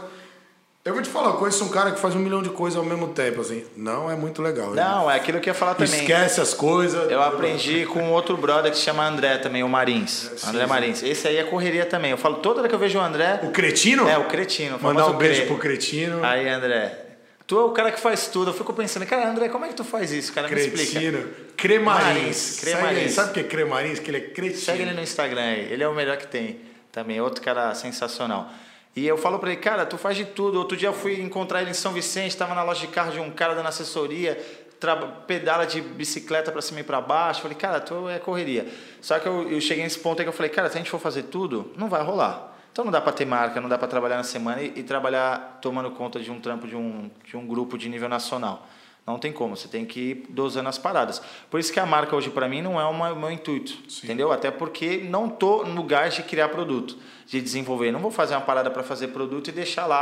Eu vou te falar, eu conheço um cara que faz um milhão de coisas ao mesmo tempo, assim. Não é muito legal. Não, né? é aquilo que eu ia falar também. Esquece as coisas. Eu aprendi com outro brother que se chama André também, o Marins. É, sim, André sim. Marins. Esse aí é correria também. Eu falo toda hora que eu vejo o André... O Cretino? É, o Cretino. Mandar um beijo cre... pro Cretino. Aí, André... Tu é o cara que faz tudo. Eu fico pensando, cara, André, como é que tu faz isso? Cara, Cretino. me explica. Cremarins. Cremarins. Sabe o que é Cremarins? Que ele é cretino. Segue ele no Instagram aí. Ele é o melhor que tem também. Outro cara sensacional. E eu falo pra ele, cara, tu faz de tudo. Outro dia eu fui encontrar ele em São Vicente, tava na loja de carro de um cara dando assessoria, pedala de bicicleta pra cima e pra baixo. Falei, cara, tu é correria. Só que eu, eu cheguei nesse ponto aí que eu falei, cara, se a gente for fazer tudo, não vai rolar. Então não dá para ter marca, não dá para trabalhar na semana e, e trabalhar tomando conta de um trampo de um, de um grupo de nível nacional. Não tem como, você tem que ir dosando as paradas. Por isso que a marca hoje para mim não é o meu intuito, Sim. entendeu? Até porque não tô no gás de criar produto, de desenvolver. Não vou fazer uma parada para fazer produto e deixar lá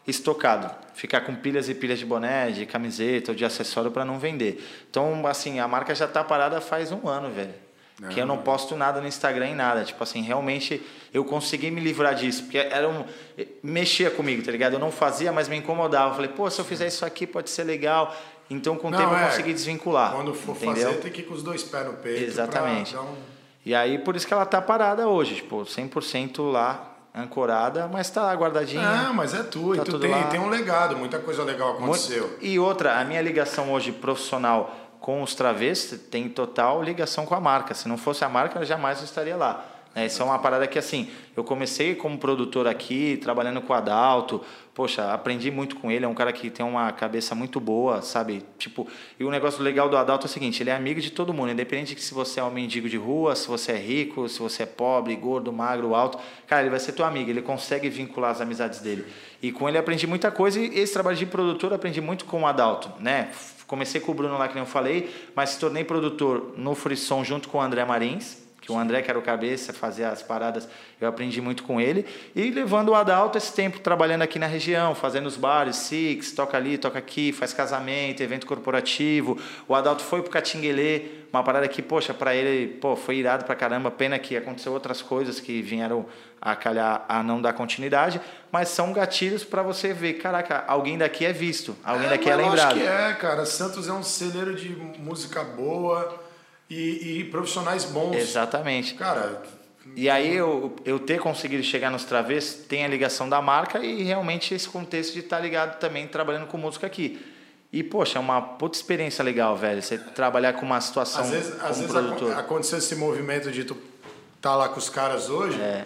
estocado. Ficar com pilhas e pilhas de boné, de camiseta ou de acessório para não vender. Então, assim, a marca já tá parada faz um ano, velho. Não. Que eu não posto nada no Instagram em nada. Tipo assim, realmente eu consegui me livrar disso. Porque era um... mexia comigo, tá ligado? Eu não fazia, mas me incomodava. Eu falei, pô, se eu fizer isso aqui pode ser legal. Então, com o não, tempo é, eu consegui desvincular. Quando for entendeu? Fazer, tem que ir com os dois pés no peito. Exatamente. Um... E aí, por isso que ela tá parada hoje. Tipo, cem por cento lá, ancorada, mas tá guardadinha. Ah, mas é tu. Tá e tu tem, tem um legado. Muita coisa legal aconteceu. Muito... E outra, a minha ligação hoje profissional com os travestis tem total ligação com a marca. Se não fosse a marca, eu jamais estaria lá. É, isso é uma parada que, assim, eu comecei como produtor aqui, trabalhando com o Adalto. Poxa, aprendi muito com ele. É um cara que tem uma cabeça muito boa, sabe? Tipo, e o negócio legal do Adalto é o seguinte, ele é amigo de todo mundo, independente de se você é um mendigo de rua, se você é rico, se você é pobre, gordo, magro, alto. Cara, ele vai ser teu amigo, ele consegue vincular as amizades dele. E com ele aprendi muita coisa e esse trabalho de produtor aprendi muito com o Adalto, né? Comecei com o Bruno lá, que nem eu falei, mas se tornei produtor no Frisson junto com o André Marins, que o André, que era o cabeça, fazia as paradas, eu aprendi muito com ele. E levando o Adalto esse tempo, trabalhando aqui na região, fazendo os bares, Six, toca ali, toca aqui, faz casamento, evento corporativo. O Adalto foi pro Catinguelê, uma parada que, poxa, para ele, pô, foi irado pra caramba. Pena que aconteceu outras coisas que vieram a calhar a não dar continuidade, mas são gatilhos para você ver, caraca, alguém daqui é visto, alguém é, daqui é lembrado. Eu acho que é, cara. Santos é um celeiro de música boa e, e profissionais bons. Exatamente. Cara... E aí eu, eu ter conseguido chegar nos travestis tem a ligação da marca e realmente esse contexto de estar ligado também trabalhando com música aqui. E, poxa, é uma puta experiência legal, velho. Você trabalhar com uma situação às vezes, como às vezes produtor. Aconteceu esse movimento de tu tá lá com os caras hoje... É.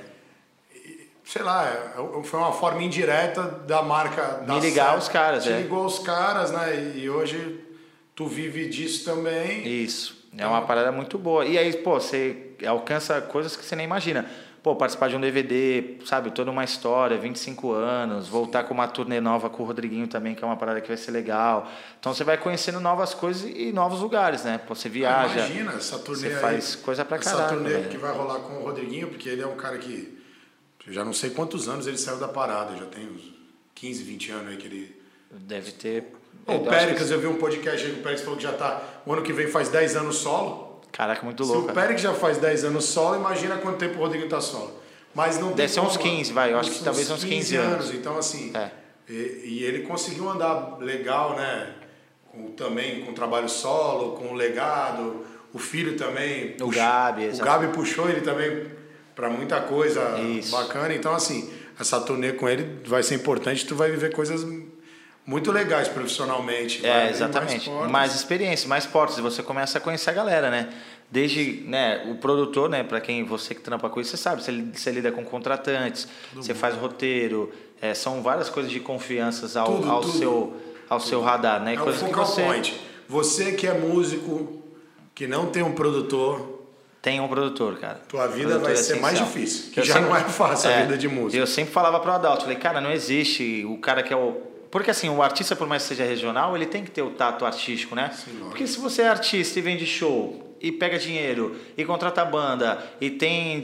Sei lá, foi uma forma indireta da marca... Da Me ligar aos caras, Te é. ligou aos caras, né? E hoje tu vive disso também. Isso. É uma parada muito boa. E aí, pô, você alcança coisas que você nem imagina. Pô, participar de um D V D, sabe? Toda uma história, vinte e cinco anos. Voltar com uma turnê nova com o Rodriguinho também, que é uma parada que vai ser legal. Então você vai conhecendo novas coisas e novos lugares, né? Pô, você viaja. Ah, imagina, essa turnê Você aí, faz coisa pra caralho. Essa turnê velho. que vai rolar com o Rodriguinho, porque ele é um cara que... Eu já não sei quantos anos ele saiu da parada, já tem uns quinze, vinte anos aí que ele... Deve ter... O Péricles, eu vi um podcast aí que o Péricles falou que já tá... O ano que vem faz dez anos solo. Caraca, muito louco. Se o Péricles já faz dez anos solo, imagina quanto tempo o Rodriguinho tá solo. Mas não Deve ser uns quinze, vai, eu acho uns, que talvez uns quinze anos. Então, assim... É. E, e ele conseguiu andar legal, né? Com, também com trabalho solo, com o legado. O filho também... O puxou, Gabi, O Gabi puxou ele também... para muita coisa Isso. bacana. Então, assim, essa turnê com ele vai ser importante. Tu vai viver coisas muito legais profissionalmente. É, exatamente. Mais, mais experiência, mais portas. E você começa a conhecer a galera, né? Desde, né, o produtor, né, para quem você que trampa com isso, você sabe, você, você lida com contratantes, tudo você bom. Faz roteiro, é, são várias coisas de confiança ao, tudo, ao, tudo. Seu, ao tudo. Seu radar, né? É coisas o que você... point. Você que é músico, que não tem um produtor... Tem um produtor, cara. Tua vida vai é ser mais difícil, que eu já sempre, não é fácil é, a vida de músico. Eu sempre falava pro Adalto, falei, cara, não existe o cara que é o... Porque assim, o artista, por mais que seja regional, ele tem que ter o tato artístico, né? Sim, porque se você é artista e vende show, e pega dinheiro, e contrata banda, e tem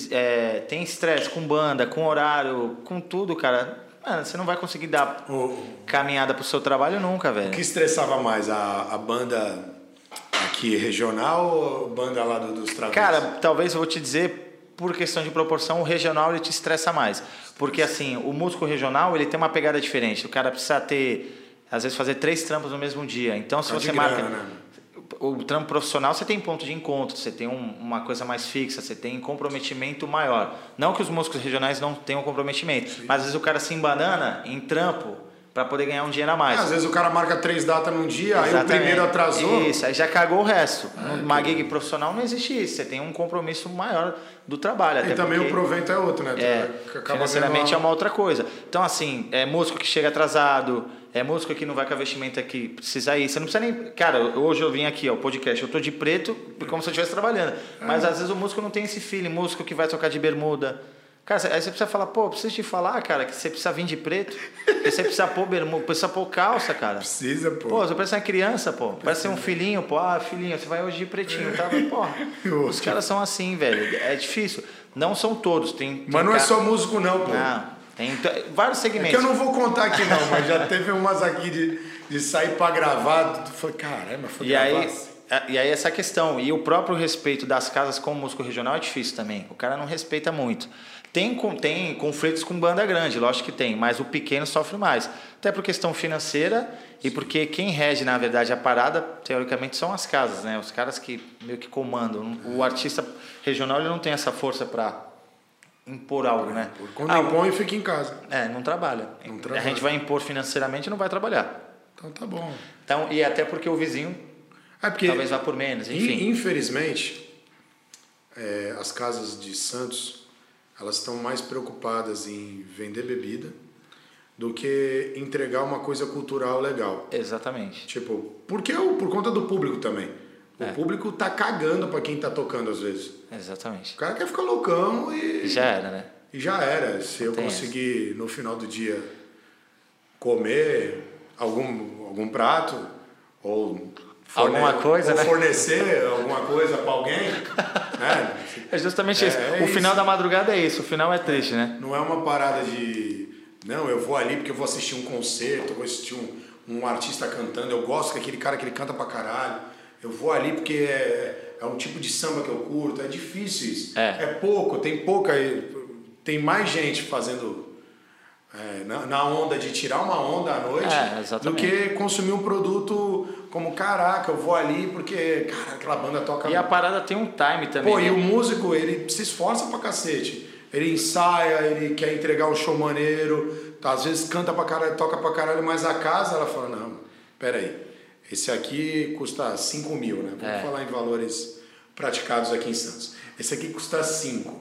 é, tem estresse com banda, com horário, com tudo, cara... Mano, você não vai conseguir dar o, caminhada pro seu trabalho nunca, velho. O que estressava mais, a, a banda... Aqui regional ou banda lá do, dos travestis? Cara, talvez eu vou te dizer, por questão de proporção, o regional ele te estressa mais. Porque assim, o músico regional ele tem uma pegada diferente. O cara precisa ter, às vezes, fazer três trampos no mesmo dia. Então, se tá você marca... Grana, né? O trampo profissional, você tem ponto de encontro, você tem um, uma coisa mais fixa, você tem comprometimento maior. Não que os músicos regionais não tenham comprometimento, sim. Mas às vezes o cara se embanana em trampo para poder ganhar um dinheiro a mais. É, às vezes o cara marca três datas num dia, exatamente. Aí o primeiro atrasou. Isso, aí já cagou o resto. É, Numa que... gig profissional não existe isso, você tem um compromisso maior do trabalho. E até também porque, o provento é outro, né? É, financeiramente uma... é uma outra coisa. Então assim, é músico que chega atrasado, é músico que não vai com a vestimenta que precisa ir. Você não precisa nem... Cara, hoje eu vim aqui, ó, o podcast, eu tô de preto como se eu estivesse trabalhando. É. Mas às vezes o músico não tem esse feeling, músico que vai tocar de bermuda. Cara, aí você precisa falar, pô, preciso te falar, cara, que você precisa vir de preto, que você precisa pôr bermuda, precisa pôr calça, cara. Precisa, pô. Pô, você parece uma criança, pô. Precisa. Parece um filhinho, pô. Ah, filhinho, você vai hoje de pretinho, tá? Mas, porra, os caras são assim, velho. É difícil. Não são todos. Tem, tem Mas não cara... é só músico, não, pô. Não. Tem t- vários segmentos. É que eu não vou contar aqui não, mas já teve umas aqui de, de sair pra gravar. Foi, caramba, foi E gravar. aí, e aí essa questão, e o próprio respeito das casas com músico regional é difícil também. O cara não respeita muito. Tem, tem conflitos com banda grande, lógico que tem, mas o pequeno sofre mais. Até por questão financeira e porque quem rege, na verdade, a parada, teoricamente, são as casas, né? Os caras que meio que comandam. O artista regional ele não tem essa força para impor algo, né? Quando ah, impõe, fica em casa. É, não trabalha. Não trabalha. A gente vai impor financeiramente e não vai trabalhar. Então tá bom. Então, e até porque o vizinho é porque, talvez vá por menos, enfim. Infelizmente, é, as casas de Santos, elas estão mais preocupadas em vender bebida do que entregar uma coisa cultural legal. Exatamente. Tipo, porque por conta do público também. O é. público tá cagando pra quem tá tocando às vezes. Exatamente. O cara quer ficar loucão e... E já era, né? E já era. Se eu conseguir, no final do dia, comer algum, algum prato ou... Forne... Alguma coisa, ou né? fornecer alguma coisa pra alguém, né? É justamente é, isso. É o isso. final da madrugada é isso. O final é triste, né? Não é uma parada de... Não, eu vou ali porque eu vou assistir um concerto, eu vou assistir um, um artista cantando, eu gosto daquele cara que ele canta pra caralho. Eu vou ali porque é, é um tipo de samba que eu curto. É difícil isso. É, é pouco, tem pouca... Tem mais gente fazendo... É, na, na onda de tirar uma onda à noite é, do que consumir um produto como, caraca, eu vou ali porque, cara, aquela banda toca... E a parada tem um time também. Pô, né? e o músico, ele se esforça pra cacete. Ele ensaia, ele quer entregar um show maneiro, tá, às vezes canta pra caralho, toca pra caralho, mas a casa, ela fala, não, peraí, esse aqui custa cinco mil, né? Vamos é. falar em valores praticados aqui em Santos. Esse aqui custa cinco.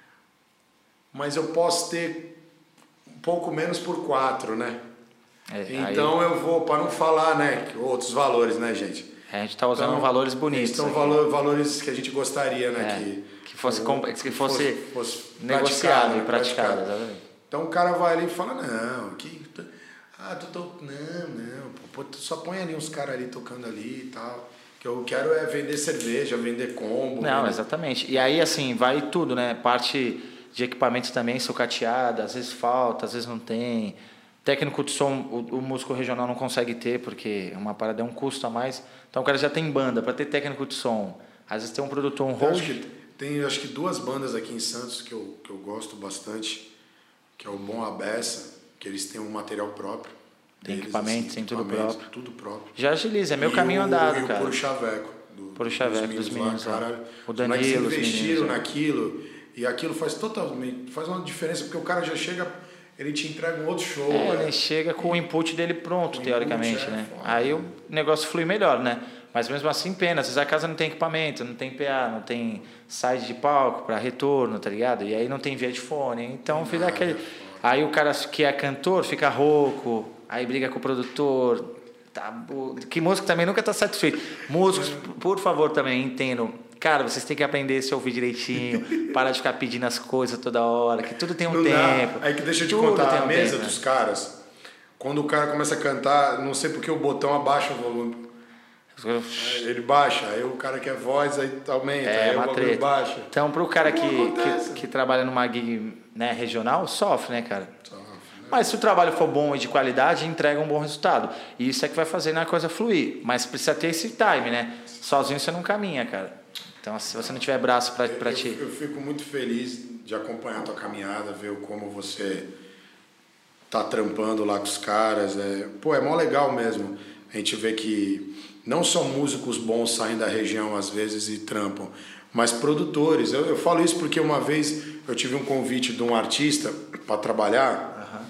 Mas eu posso ter um pouco menos por quatro, né? É, então aí... eu vou, para não falar, né, outros valores, né, gente? A gente está usando então, valores bonitos. São valor, valores que a gente gostaria, né? É, que, que fosse, ou, que fosse, fosse, fosse negociado e praticado. praticado. Exatamente. Então o cara vai ali e fala, não, aqui... Ah, tu tô... Não, não, pô, tu só põe ali uns caras ali tocando ali e tal. O que eu quero é vender cerveja, vender combo. Não, vender... exatamente. E aí, assim, vai tudo, né? Parte de equipamentos também sucateada, às vezes falta, às vezes não tem. Técnico de som, o, o músico regional não consegue ter, porque uma parada é um custo a mais. Então o cara já tem banda, para ter técnico de som. Às vezes tem um produtor, um hold. Tem, acho que duas bandas aqui em Santos que eu, que eu gosto bastante, que é o Bom a Beça, que eles têm um material próprio. Tem deles, equipamento, assim, tem tudo próprio. Tudo próprio. Já agiliza, é meu e caminho o, andado, e cara. E o Puro Chaveco. Do, Puro Chaveco dos meninos lá. Cara, o Danilo, eles os investiram meninos, naquilo. E aquilo faz totalmente, faz uma diferença, porque o cara já chega, ele te entrega um outro show. É, né? ele chega com o input dele pronto, o teoricamente, input, é, né? foda, Aí né? o negócio flui melhor, né? Mas mesmo assim, pena. Às vezes a casa não tem equipamento, não tem P A, não tem side de palco para retorno, tá ligado? E aí não tem via de fone. Então fica nada, aquele... Aí o cara que é cantor fica rouco, aí briga com o produtor. Tá... Que músico também nunca tá satisfeito. Músicos, por favor, também entendam. Cara, vocês têm que aprender a se ouvir direitinho, parar de ficar pedindo as coisas toda hora, que tudo tem um não tempo. Dá. É que deixa eu te tudo contar, tem a um mesa tempo, dos né? caras, quando o cara começa a cantar, não sei porque o botão abaixa o volume. Ele baixa, aí o cara quer voz, aí aumenta, É, aí uma o bagulho treta. baixa. Então, pro cara que, acontece. que, que trabalha numa gig, né, regional, sofre, né, cara? Sofre, né? Mas se o trabalho for bom e de qualidade, entrega um bom resultado. E isso é que vai fazer a coisa fluir. Mas precisa ter esse time, né? Sozinho você não caminha, cara. Então, se você não tiver braço pra, pra eu, ti... Eu fico muito feliz de acompanhar a tua caminhada, ver como você tá trampando lá com os caras. É... Pô, é mó legal mesmo. A gente vê que não só músicos bons saem da região às vezes e trampam, mas produtores. Eu, eu falo isso porque uma vez eu tive um convite de um artista para trabalhar. Uhum.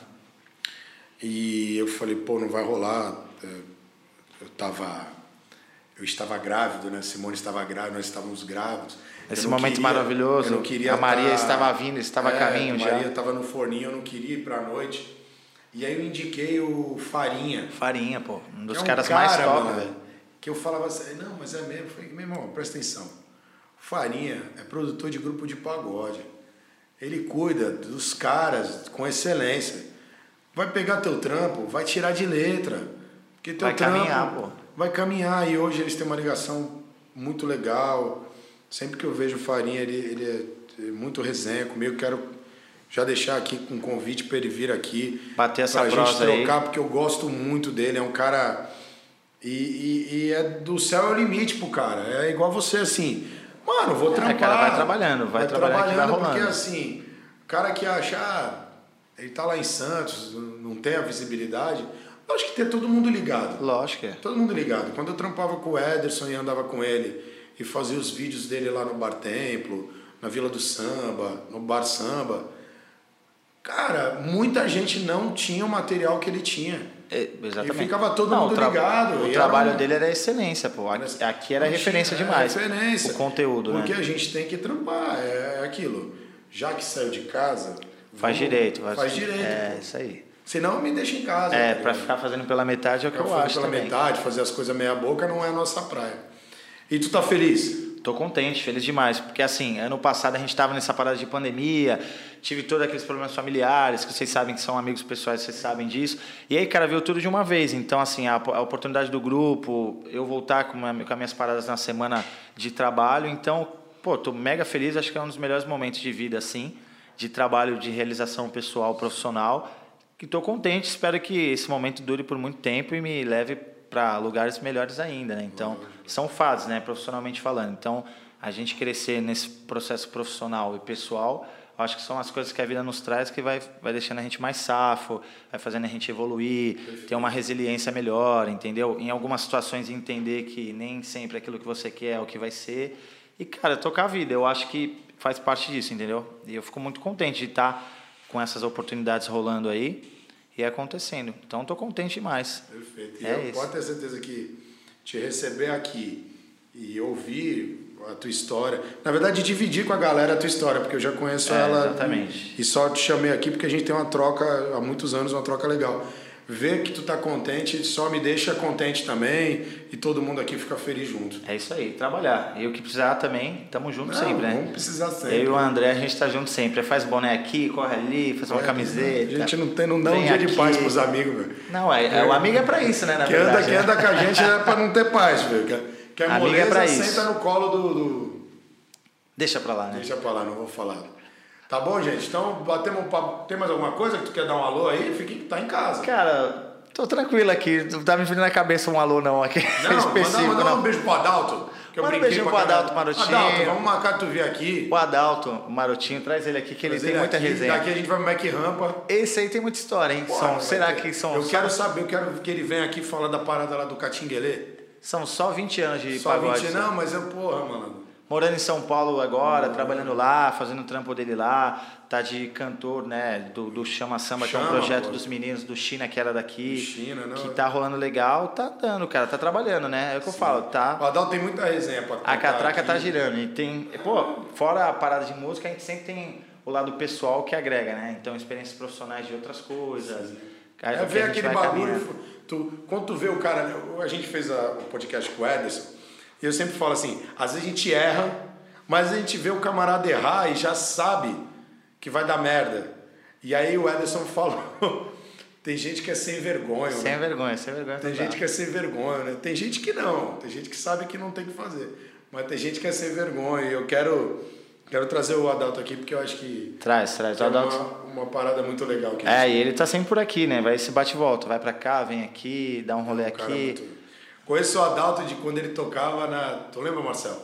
E eu falei, pô, não vai rolar. Eu tava... Eu estava grávido, né? Simone estava grávida, nós estávamos grávidos. Esse momento queria, maravilhoso. Eu não queria a Maria tá, estava vindo, estava é, a caminho a já. A Maria estava no forninho, eu não queria ir para a noite. E aí eu indiquei o Farinha. Farinha, pô. Um dos é um caras cara, mais top, mano, velho. Que eu falava assim, não, mas é mesmo. Eu falei, meu irmão, presta atenção. O Farinha é produtor de grupo de pagode. Ele cuida dos caras com excelência. Vai pegar teu trampo, vai tirar de letra. Porque teu vai trampo caminhar, pô. Vai caminhar. E hoje eles têm uma ligação muito legal. Sempre que eu vejo o Farinha, ele, ele é muito resenha comigo. Quero, Já deixar aqui com um convite para ele vir aqui. Bater essa pra prosa gente trocar, aí. porque eu gosto muito dele. É um cara... E, e, e é do céu é o limite pro cara. É igual você, assim... Mano, vou trampar. É, cara, vai trabalhando. Vai, vai trabalhando, trabalhando que vai rolando. porque, assim... O cara que acha... Ah, ele tá lá em Santos, não tem a visibilidade... Acho que ter todo mundo ligado. Lógico que é. Todo mundo ligado. Quando eu trampava com o Ederson e andava com ele e fazia os vídeos dele lá no Bar Templo, na Vila do Samba, no Bar Samba, cara, muita gente não tinha o material que ele tinha. É, exatamente. E ficava todo não, mundo o tra ligado. O e trabalho era um... dele era excelência, pô. Aqui, aqui era referência tinha, demais. É referência. O conteúdo, Porque né? a gente tem que trampar, é aquilo. Já que saiu de casa... Faz vamos, direito. Faz, faz direito. É, pô. isso aí. Senão me deixa em casa. É, tá pra ligado? ficar fazendo pela metade é o que Ficar eu fazendo acho pela também. metade, fazer as coisas meia boca não é a nossa praia. E tu tá feliz? Tô contente, feliz demais, porque assim, ano passado a gente tava nessa parada de pandemia, tive todos aqueles problemas familiares, que vocês sabem que são amigos pessoais, vocês sabem disso, e aí, cara, veio tudo de uma vez, então assim, a, a oportunidade do grupo, eu voltar com, uma, com as minhas paradas na semana de trabalho, então, pô, tô mega feliz, acho que é um dos melhores momentos de vida, assim, de trabalho, de realização pessoal, profissional, que tô contente, espero que esse momento dure por muito tempo e me leve para lugares melhores ainda, né? Então, são fases, né, profissionalmente falando. Então, a gente crescer nesse processo profissional e pessoal, acho que são as coisas que a vida nos traz que vai, vai deixando a gente mais safo, vai fazendo a gente evoluir, ter uma resiliência melhor, entendeu? Em algumas situações entender que nem sempre aquilo que você quer é o que vai ser. E, cara, tocar a vida, eu acho que faz parte disso, entendeu? E eu fico muito contente de estar com essas oportunidades rolando aí e acontecendo. Então, estou contente demais. Perfeito. E é eu isso. posso ter certeza que te receber aqui e ouvir a tua história, na verdade, dividir com a galera a tua história, porque eu já conheço É, ela. exatamente. E, e só te chamei aqui porque a gente tem uma troca, há muitos anos, uma troca legal. Ver que tu tá contente só me deixa contente também e todo mundo aqui fica feliz junto. É isso aí, trabalhar. E o que precisar também, estamos juntos Não, sempre, né? Vamos precisar sempre. Eu e o André, a gente tá junto sempre. Faz boné aqui, corre ali, faz uma É, camiseta. A gente não, tem, não dá um Vem dia aqui. de paz pros amigos, velho. Não, é, é, o amigo é pra isso, né, na Quem anda, verdade. quem né? anda com a gente é pra não ter paz, velho. Quer, quer Amigo moleza, é pra isso. senta no colo do... do... Deixa pra lá, né? Deixa pra lá, não vou falar. Tá bom, gente? Então, batemos um papo. Tem mais alguma coisa que tu quer dar um alô aí? Fique, tá em casa. Cara, tô tranquilo aqui. Não tá me vindo na cabeça um alô não aqui. Não, específico, manda, manda não. um beijo pro Adalto. Que eu Manda um brinquei beijinho com pro a galera. Adalto Marotinho. Adalto, vamos marcar tu vir aqui. O Adalto, o Marotinho, traz ele aqui que ele Mas tem ele muita aqui, resenha. Daqui a gente vai pro Mac Rampa. Esse aí tem muita história, hein? Porra, são, vai será ter. que são Eu só, quero saber, eu quero que ele venha aqui falar da parada lá do Catinguelê. são só vinte anos de Só pagode. vinte, só. não, mas eu, porra, mano. Morando em São Paulo agora, trabalhando lá, fazendo o trampo dele lá, tá de cantor, né, do, do Chama Samba, que é um Chama, projeto pô. dos meninos do China, que era daqui, China, não. que tá rolando legal, tá dando, cara, tá trabalhando, né, é o que eu falo, tá, O Adalto tem muita resenha pra contar a catraca aqui. tá girando, e tem, pô, fora a parada de música, a gente sempre tem o lado pessoal que agrega, né, então experiências profissionais de outras coisas, aí É que a ver gente aquele vai bagulho. caminhando. Tu, quando tu vê o cara. A gente fez a, o podcast com o Ederson. E eu sempre falo assim: às vezes a gente erra, mas a gente vê o camarada errar e já sabe que vai dar merda. E aí o Ederson falou: tem gente que é sem vergonha. Sem né? vergonha, sem vergonha. Tem total. gente que é sem vergonha, né? Tem gente que não. Tem gente que sabe que não tem que fazer. Mas tem gente que é sem vergonha. E eu quero, quero trazer o Adalto aqui porque eu acho que. Traz, traz, que o é Adalto... uma, uma parada muito legal. Que É, e ele tá sempre por aqui, né? Vai esse bate e volta, vai pra cá, vem aqui, dá um rolê Um cara aqui. muito- Conheço o Adalto de quando ele tocava na. Tu lembra, Marcelo?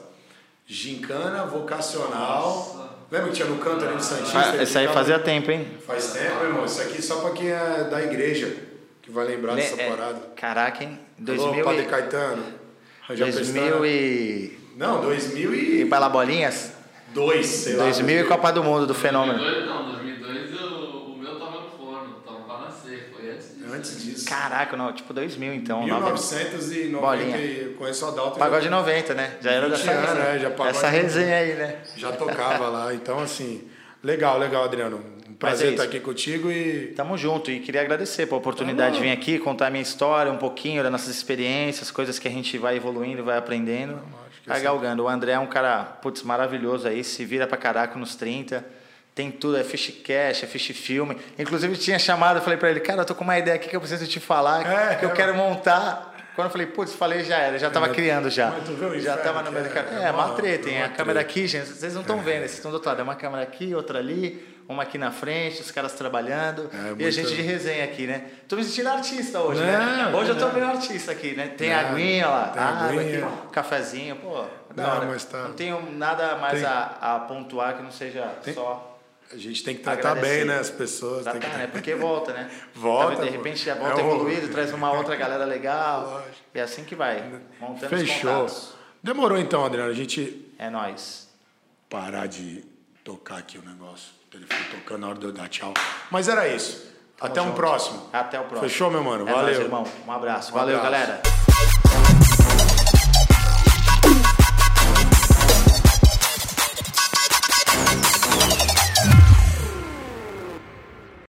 Gincana Vocacional. Lembra que tinha no canto ali do Santista? Ah, Ele esse aí ficava- fazia tempo, hein? Faz tempo, irmão. Isso aqui só pra quem é da igreja que vai lembrar dessa É, parada. caraca, hein? dois Alô, mil Padre e... Caetano. Já dois prestaram? mil e... Não, dois mil E e bala bolinhas? dois, sei lá. dois mil e Copa do Mundo do Fenômeno. dois mil e dois, não, dois mil e dois eu, o meu tava no forno, tava pra nascer, foi antes disso. Antes disso. Caraca, não, tipo dois mil então. mil nove- novecentos e noventa. Bolinha. e Conheço o Adalto. Pagode já, noventa, né? Já era vinte dessa anos, resenha. né? Já pagode Essa resenha aí, né? já tocava lá. Então, assim, legal, legal, Adriano. Um prazer é estar isso. aqui contigo e. Tamo junto e queria agradecer pela oportunidade de vir aqui, contar a minha história, um pouquinho das nossas experiências, coisas que a gente vai evoluindo, vai aprendendo, acho que vai sim. galgando. O André é um cara, putz, maravilhoso aí, se vira pra caraca nos trinta, tem tudo, é fish cash, é fish filme. Inclusive tinha chamado, eu falei pra ele, cara, eu tô com uma ideia aqui que eu preciso te falar, É, que eu é. quero montar. Quando eu falei, putz, falei, já era, já tava Mas- criando já. mas tu vê o Já inferno tava no que meio é, do cara. é É, uma- uma treta, é hein? uma A câmera treta. aqui, gente, vocês não estão vendo, vocês estão do outro lado. É uma câmera aqui, outra ali, uma aqui na frente, os caras trabalhando. É, e muito... a gente de resenha aqui, né? Tô me sentindo artista hoje, Não, né? Hoje eu tô não. meio artista aqui, né? Tem Não, aguinha lá, tem água aguinha. aqui, cafezinho, pô. Da Não, hora. mas tá- Não tenho nada mais Tem- a, a pontuar que não seja Tem- só. A gente tem que tratar Agradecer. bem, né, as pessoas. Tratar, tem que... né? Porque volta, né? Volta, De pô. repente já É volta um- evoluído, traz uma outra galera legal. Lógico. E é assim que vai. Montando os Fechou. contatos. Demorou então, Adriano. A gente É nóis. parar de tocar aqui o negócio. O telefone tocando na hora de eu dar tchau. Mas era isso. Até um junto. próximo. Até o próximo. Fechou, meu mano? É Valeu. nóis, irmão. Um abraço. Um Valeu, abraço. galera.